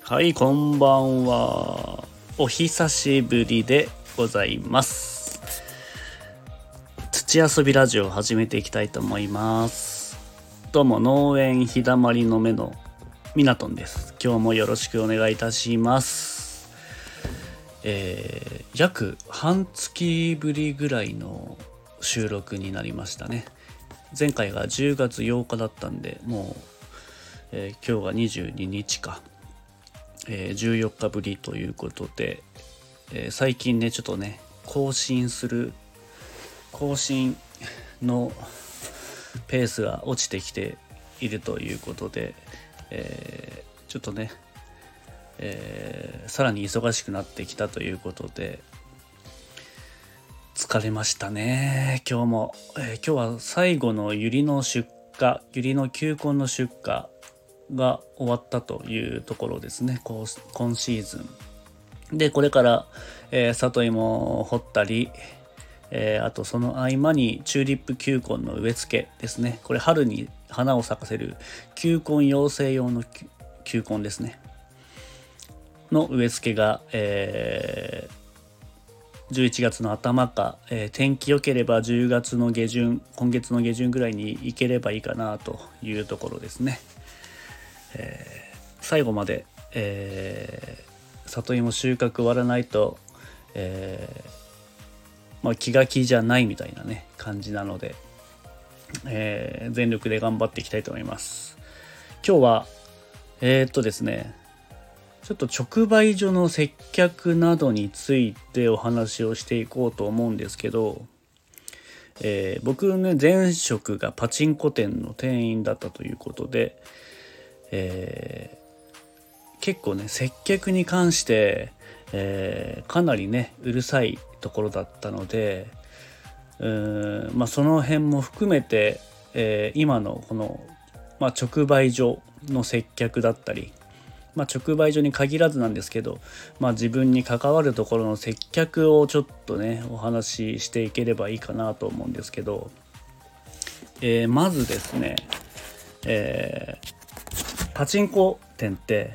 はい、こんばんは。お久しぶりでございます。土遊びラジオを始めていきたいと思います。どうも、農園ひだまりの目のミナトンです。今日もよろしくお願いいたします。約半月ぶりぐらいの収録になりましたね。前回が10月8日だったんで、もう、今日が22日か。14日ぶりということで、最近ねちょっとね更新のペースが落ちてきているということで、ちょっとね、さらに忙しくなってきたということで疲れましたね。今日も、今日は最後のユリの球根の出荷が終わったというところですね。今シーズンでこれから、里芋を掘ったり、あとその合間にチューリップ球根の植え付けですね。これ春に花を咲かせる球根養成用の球根ですねの植え付けが、11月の頭か、天気良ければ10月の下旬、今月の下旬ぐらいに行ければいいかなというところですね。最後まで、里芋収穫終わらないと、気が気じゃないみたいなね感じなので、全力で頑張っていきたいと思います。今日はですねちょっと直売所の接客などについてお話をしていこうと思うんですけど、僕ね前職がパチンコ店の店員だったということで、結構ね接客に関して、かなりねうるさいところだったので、その辺も含めて、今のこの、直売所の接客だったり、直売所に限らずなんですけど、自分に関わるところの接客をちょっとねお話ししていければいいかなと思うんですけど、まずですね、パチンコ店って、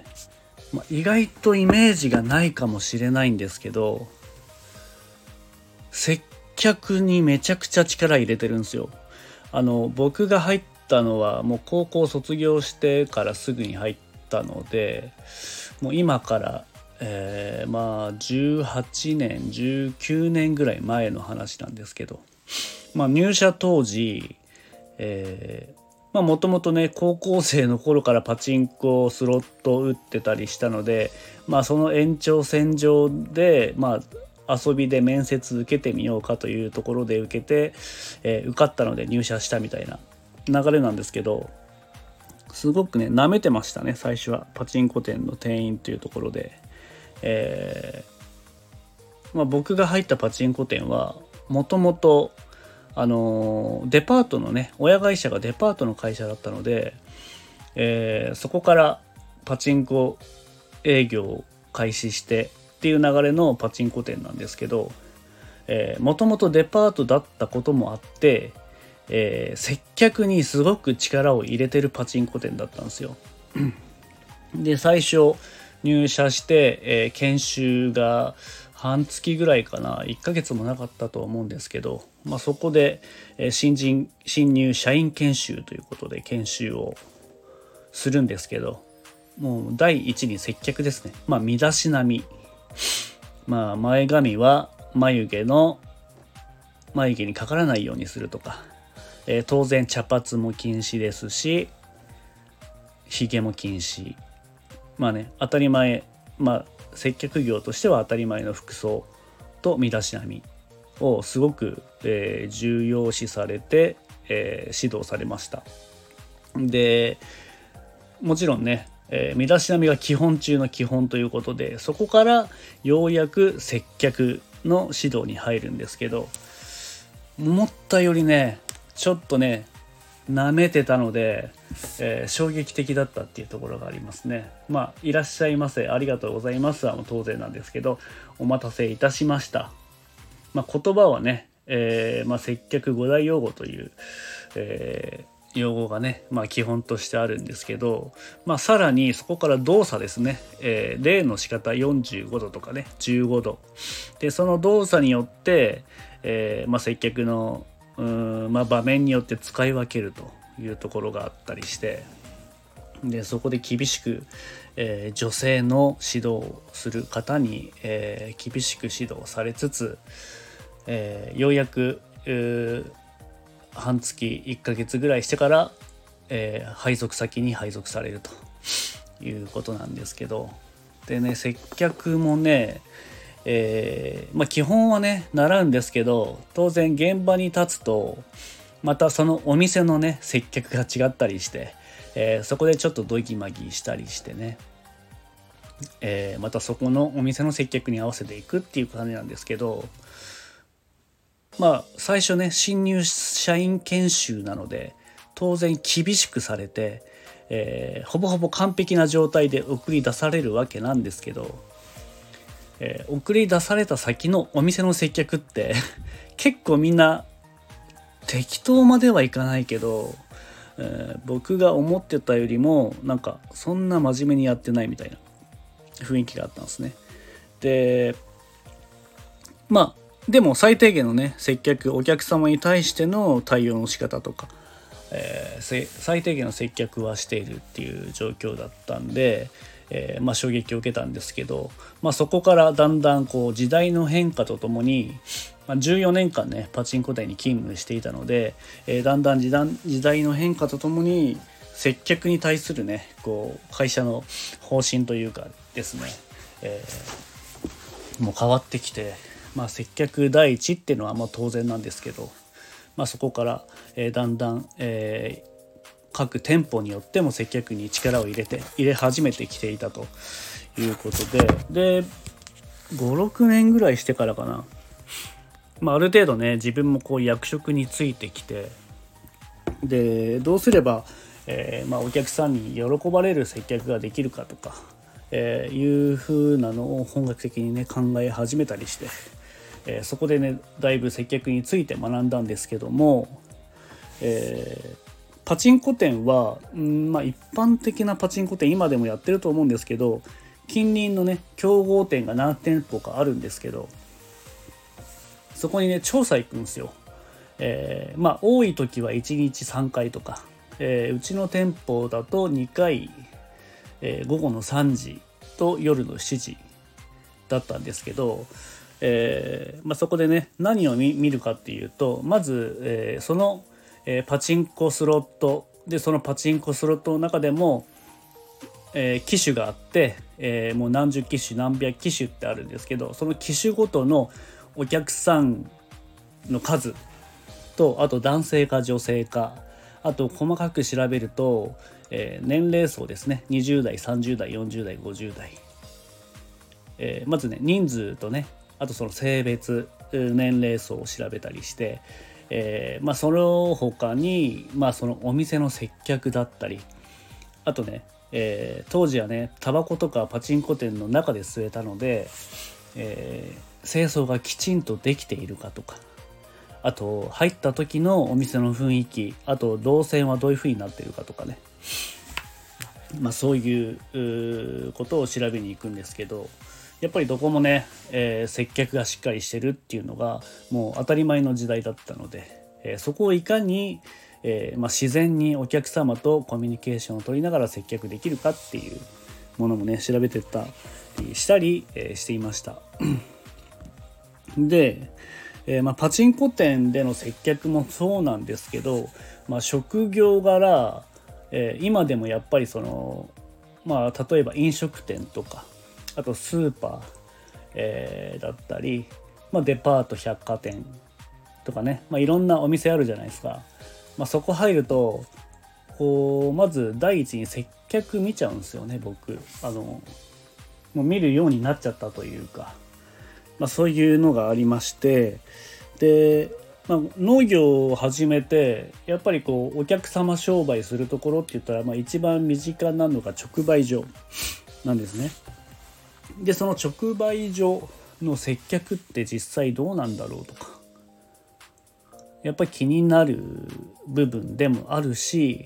意外とイメージがないかもしれないんですけど、接客にめちゃくちゃ力入れてるんですよ。僕が入ったのはもう高校卒業してからすぐに入ったので、もう今から、18年19年ぐらい前の話なんですけど、入社当時、もともとね高校生の頃からパチンコスロット打ってたりしたので、その延長線上で遊びで面接受けてみようかというところで受けて、受かったので入社したみたいな流れなんですけど、すごくね舐めてましたね。最初はパチンコ店の店員というところで、僕が入ったパチンコ店はもともとデパートのね親会社がデパートの会社だったので、そこからパチンコ営業を開始してっていう流れのパチンコ店なんですけど、もともとデパートだったこともあって、接客にすごく力を入れてるパチンコ店だったんですよ。で最初入社して、研修が半月ぐらいかな、1ヶ月もなかったと思うんですけど、そこで、新入社員研修ということで研修をするんですけど、もう第一に接客ですね。身だしなみ、前髪は眉毛にかからないようにするとか、当然茶髪も禁止ですし、ひげも禁止。当たり前、接客業としては当たり前の服装と身だしなみをすごく、重要視されて、指導されました。でもちろんね、身だしなみが基本中の基本ということで、そこからようやく接客の指導に入るんですけど、思ったよりねちょっとね舐めてたので、衝撃的だったっていうところがありますね。いらっしゃいませ、ありがとうございますはもう当然なんですけど、お待たせいたしました。言葉はね、接客五大用語という、 用語がね、基本としてあるんですけど、さらにそこから動作ですね、例の仕方45度とかね15度で、その動作によって、接客の場面によって使い分けるというところがあったりして、でそこで厳しく、女性の指導をする方に、厳しく指導されつつ、ようやく半月1ヶ月ぐらいしてから、配属先に配属されるということなんですけど、でね、接客もね、基本はね習うんですけど、当然現場に立つとまたそのお店のね接客が違ったりして、そこでちょっとドギマギしたりしてね、またそこのお店の接客に合わせていくっていう感じなんですけど、最初ね新入社員研修なので当然厳しくされて、ほぼほぼ完璧な状態で送り出されるわけなんですけど、送り出された先のお店の接客って結構みんな適当まではいかないけど、僕が思ってたよりもなんかそんな真面目にやってないみたいな雰囲気があったんですね。ででも最低限のね接客、お客様に対しての対応の仕方とか、最低限の接客はしているっていう状況だったんで、衝撃を受けたんですけど、そこからだんだんこう時代の変化とともに、14年間ねパチンコ店に勤務していたので、だんだん時代の変化とともに接客に対するねこう会社の方針というかですね、もう変わってきて、接客第一っていうのは当然なんですけど、そこから、だんだん、各店舗によっても接客に力を入れ始めてきていたということで、5、6年ぐらいしてからかな、ある程度ね自分もこう役職についてきて、でどうすれば、お客さんに喜ばれる接客ができるかとか、いう風なのを本格的にね考え始めたりして、そこでねだいぶ接客について学んだんですけども、パチンコ店は、一般的なパチンコ店今でもやってると思うんですけど、近隣のね競合店が何店舗かあるんですけど、そこにね調査行くんですよ。多い時は1日3回とか、うちの店舗だと2回、午後の3時と夜の7時だったんですけど、そこでね何を見るかっていうと、まず、その、パチンコスロットで、そのパチンコスロットの中でも、機種があって、もう何十機種何百機種ってあるんですけど、その機種ごとのお客さんの数と、あと男性か女性か、あと細かく調べると、年齢層ですね、20代30代40代50代、まずね人数とね、あとその性別年齢層を調べたりして、その他に、そのお店の接客だったり、あとね、当時はねタバコとかパチンコ店の中で吸えたので、清掃がきちんとできているかとか、あと入った時のお店の雰囲気、あと動線はどういう風になっているかとかね、そういうことを調べに行くんですけど、やっぱりどこもね、接客がしっかりしてるっていうのがもう当たり前の時代だったので、そこをいかに、自然にお客様とコミュニケーションを取りながら接客できるかっていうものもね調べてったりしたり、していました。で、パチンコ店での接客もそうなんですけど、職業柄、今でもやっぱりその例えば飲食店とか、あとスーパー、だったり、デパート百貨店とかね、いろんなお店あるじゃないですか。そこ入るとこうまず第一に接客見ちゃうんですよね。僕もう見るようになっちゃったというか、そういうのがありまして、で、農業を始めてやっぱりこうお客様商売するところって言ったら、一番身近なのが直売所なんですね。でその直売所の接客って実際どうなんだろうとか、やっぱり気になる部分でもあるし、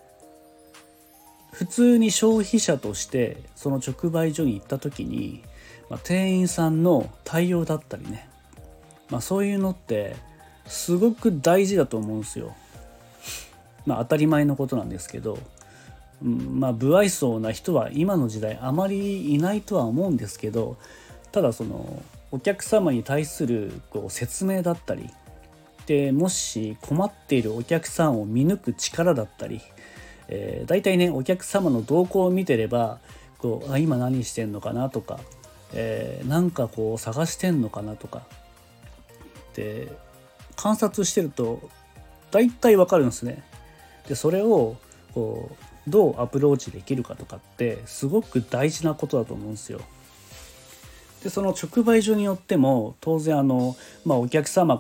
普通に消費者としてその直売所に行った時に、店員さんの対応だったりね、そういうのってすごく大事だと思うんですよ。当たり前のことなんですけど、不愛想な人は今の時代あまりいないとは思うんですけど、ただそのお客様に対する説明だったりで、もし困っているお客さんを見抜く力だったり、だいたいねお客様の動向を見てれば今何してんのかなとか、なんか探してんのかなとかで観察してるとだいたいわかるんですね。でそれをどうアプローチできるかとかってすごく大事なことだと思うんですよ。でその直売所によっても当然お客様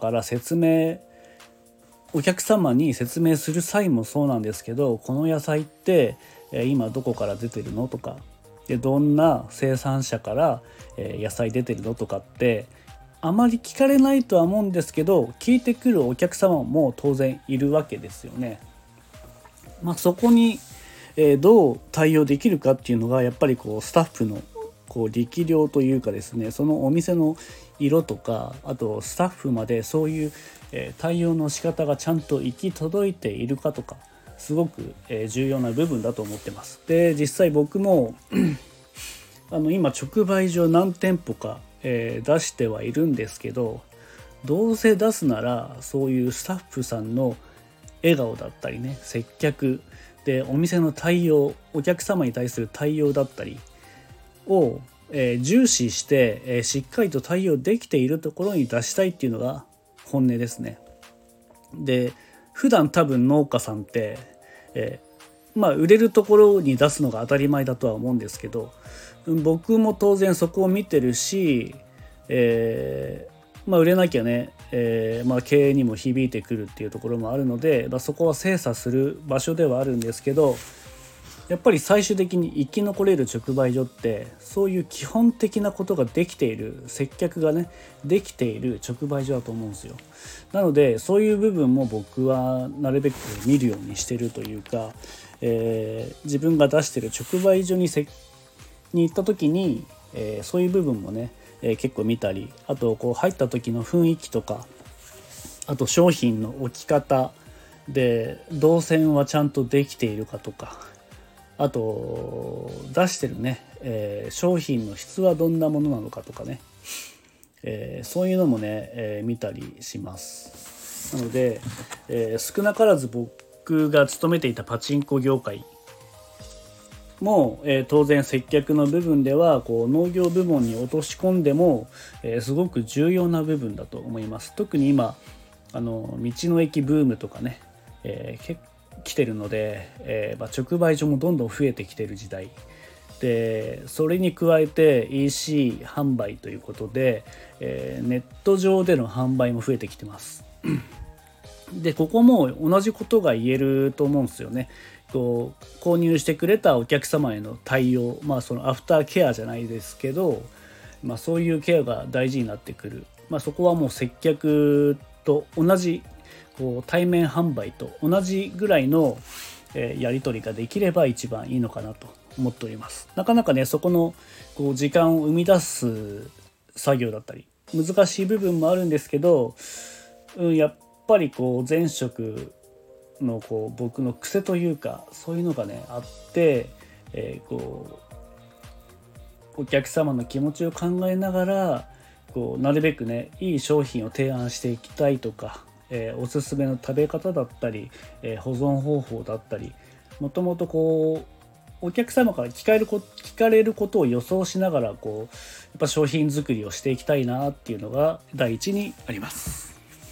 に説明する際もそうなんですけど、この野菜って今どこから出てるのとかで、どんな生産者から野菜出てるのとかってあまり聞かれないとは思うんですけど、聞いてくるお客様も当然いるわけですよね。そこにどう対応できるかっていうのがやっぱりスタッフの力量というかですね、そのお店の色とか、あとスタッフまでそういう対応の仕方がちゃんと行き届いているかとか、すごく重要な部分だと思ってます。で実際僕も今直売所何店舗か出してはいるんですけど、どうせ出すならそういうスタッフさんの笑顔だったりね、接客でお店の対応、お客様に対する対応だったりを重視してしっかりと対応できているところに出したいっていうのが本音ですね。で普段多分農家さんって売れるところに出すのが当たり前だとは思うんですけど、僕も当然そこを見てるし、売れなきゃね、経営にも響いてくるっていうところもあるので、そこは精査する場所ではあるんですけど、やっぱり最終的に生き残れる直売所ってそういう基本的なことができている、接客がねできている直売所だと思うんですよ。なのでそういう部分も僕はなるべく見るようにしてるというか、自分が出してる直売所に行った時に、そういう部分もね、結構見たり、あと入った時の雰囲気とか、あと商品の置き方で動線はちゃんとできているかとか、あと出してるね、商品の質はどんなものなのかとかね、そういうのもね、見たりします。なので、少なからず僕が勤めていたパチンコ業界も、当然接客の部分では農業部門に落とし込んでも、すごく重要な部分だと思います。特に今道の駅ブームとかね、来てるので、直売所もどんどん増えてきてる時代で、それに加えて EC 販売ということで、ネット上での販売も増えてきてますでここも同じことが言えると思うんですよね。購入してくれたお客様への対応、そのアフターケアじゃないですけど、そういうケアが大事になってくる。そこはもう接客と同じ対面販売と同じぐらいのやり取りができれば一番いいのかなと思っております。なかなかねそこの時間を生み出す作業だったり難しい部分もあるんですけど、やっぱり前職の僕の癖というかそういうのがねあって、お客様の気持ちを考えながらなるべくねいい商品を提案していきたいとか、おすすめの食べ方だったり、保存方法だったり、もともとお客様から聞かれることを予想しながらやっぱ商品作りをしていきたいなっていうのが第一にあります。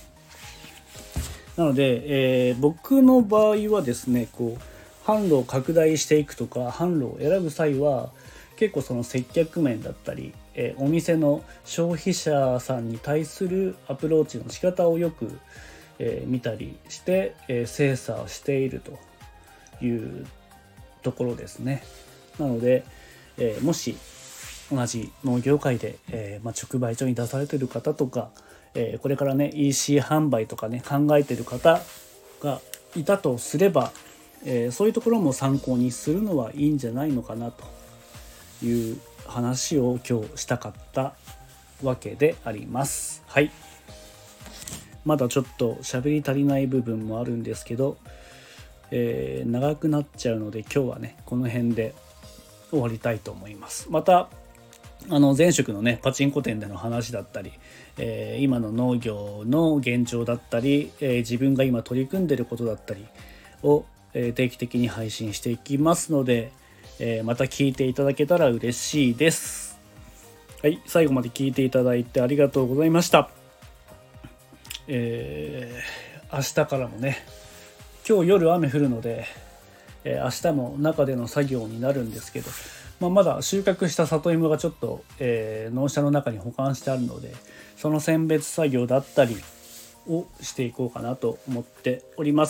なので、僕の場合はですね販路を拡大していくとか販路を選ぶ際は結構その接客面だったり、お店の消費者さんに対するアプローチの仕方をよく、見たりして、精査をしているというところですね。なので、もし同じ農業界で、直売所に出されている方とか、これからね EC 販売とかね考えている方がいたとすれば、そういうところも参考にするのはいいんじゃないのかなという話を今日したかったわけであります。はい。まだちょっと喋り足りない部分もあるんですけど、長くなっちゃうので今日はねこの辺で終わりたいと思います。また前職のねパチンコ店での話だったり、今の農業の現状だったり、自分が今取り組んでることだったりを、定期的に配信していきますので、また聞いていただけたら嬉しいです。はい、最後まで聞いていただいてありがとうございました。明日からもね、今日夜雨降るので、明日も中での作業になるんですけど、まだ収穫した里芋がちょっと、農舎の中に保管してあるので、その選別作業だったりをしていこうかなと思っております。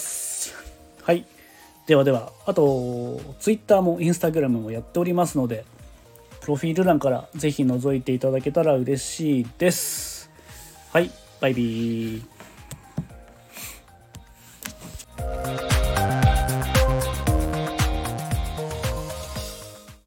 はい、ではでは、あと Twitter も Instagram もやっておりますので、プロフィール欄からぜひ覗いていただけたら嬉しいです。はい、バイビー。